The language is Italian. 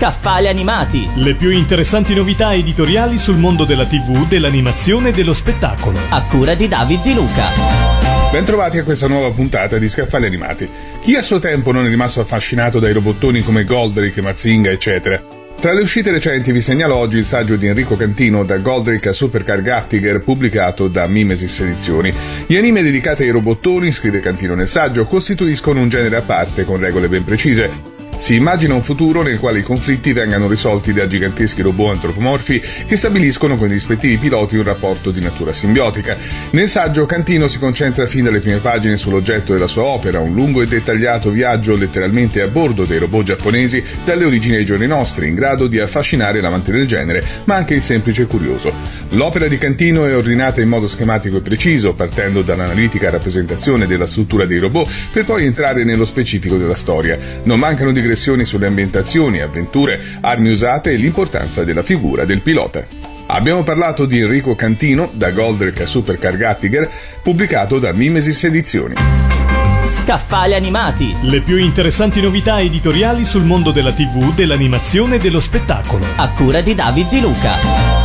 Scaffali animati. Le più interessanti novità editoriali sul mondo della TV, dell'animazione e dello spettacolo. A cura di David Di Luca. Bentrovati a questa nuova puntata di Scaffali animati. Chi a suo tempo non è rimasto affascinato dai robottoni come Goldrick, Mazinga, eccetera? Tra le uscite recenti vi segnalo oggi il saggio di Enrico Cantino Da Goldrick a Supercar Gattiger, pubblicato da Mimesis Edizioni. Gli anime dedicati ai robottoni, scrive Cantino nel saggio, costituiscono un genere a parte con regole ben precise. Si immagina un futuro nel quale i conflitti vengano risolti da giganteschi robot antropomorfi che stabiliscono con i rispettivi piloti un rapporto di natura simbiotica. Nel saggio Cantino si concentra fin dalle prime pagine sull'oggetto della sua opera, un lungo e dettagliato viaggio letteralmente a bordo dei robot giapponesi dalle origini ai giorni nostri, in grado di affascinare l'amante del genere, ma anche il semplice curioso. L'opera di Cantino è ordinata in modo schematico e preciso, partendo dall'analitica rappresentazione della struttura dei robot per poi entrare nello specifico della storia. Non mancano digressioni sulle ambientazioni, avventure, armi usate e l'importanza della figura del pilota. Abbiamo parlato di Enrico Cantino, Da Goldrick a Supercar Gattiger, pubblicato da Mimesis Edizioni. Scaffali animati. Le più interessanti novità editoriali sul mondo della TV, dell'animazione e dello spettacolo. A cura di David Di Luca.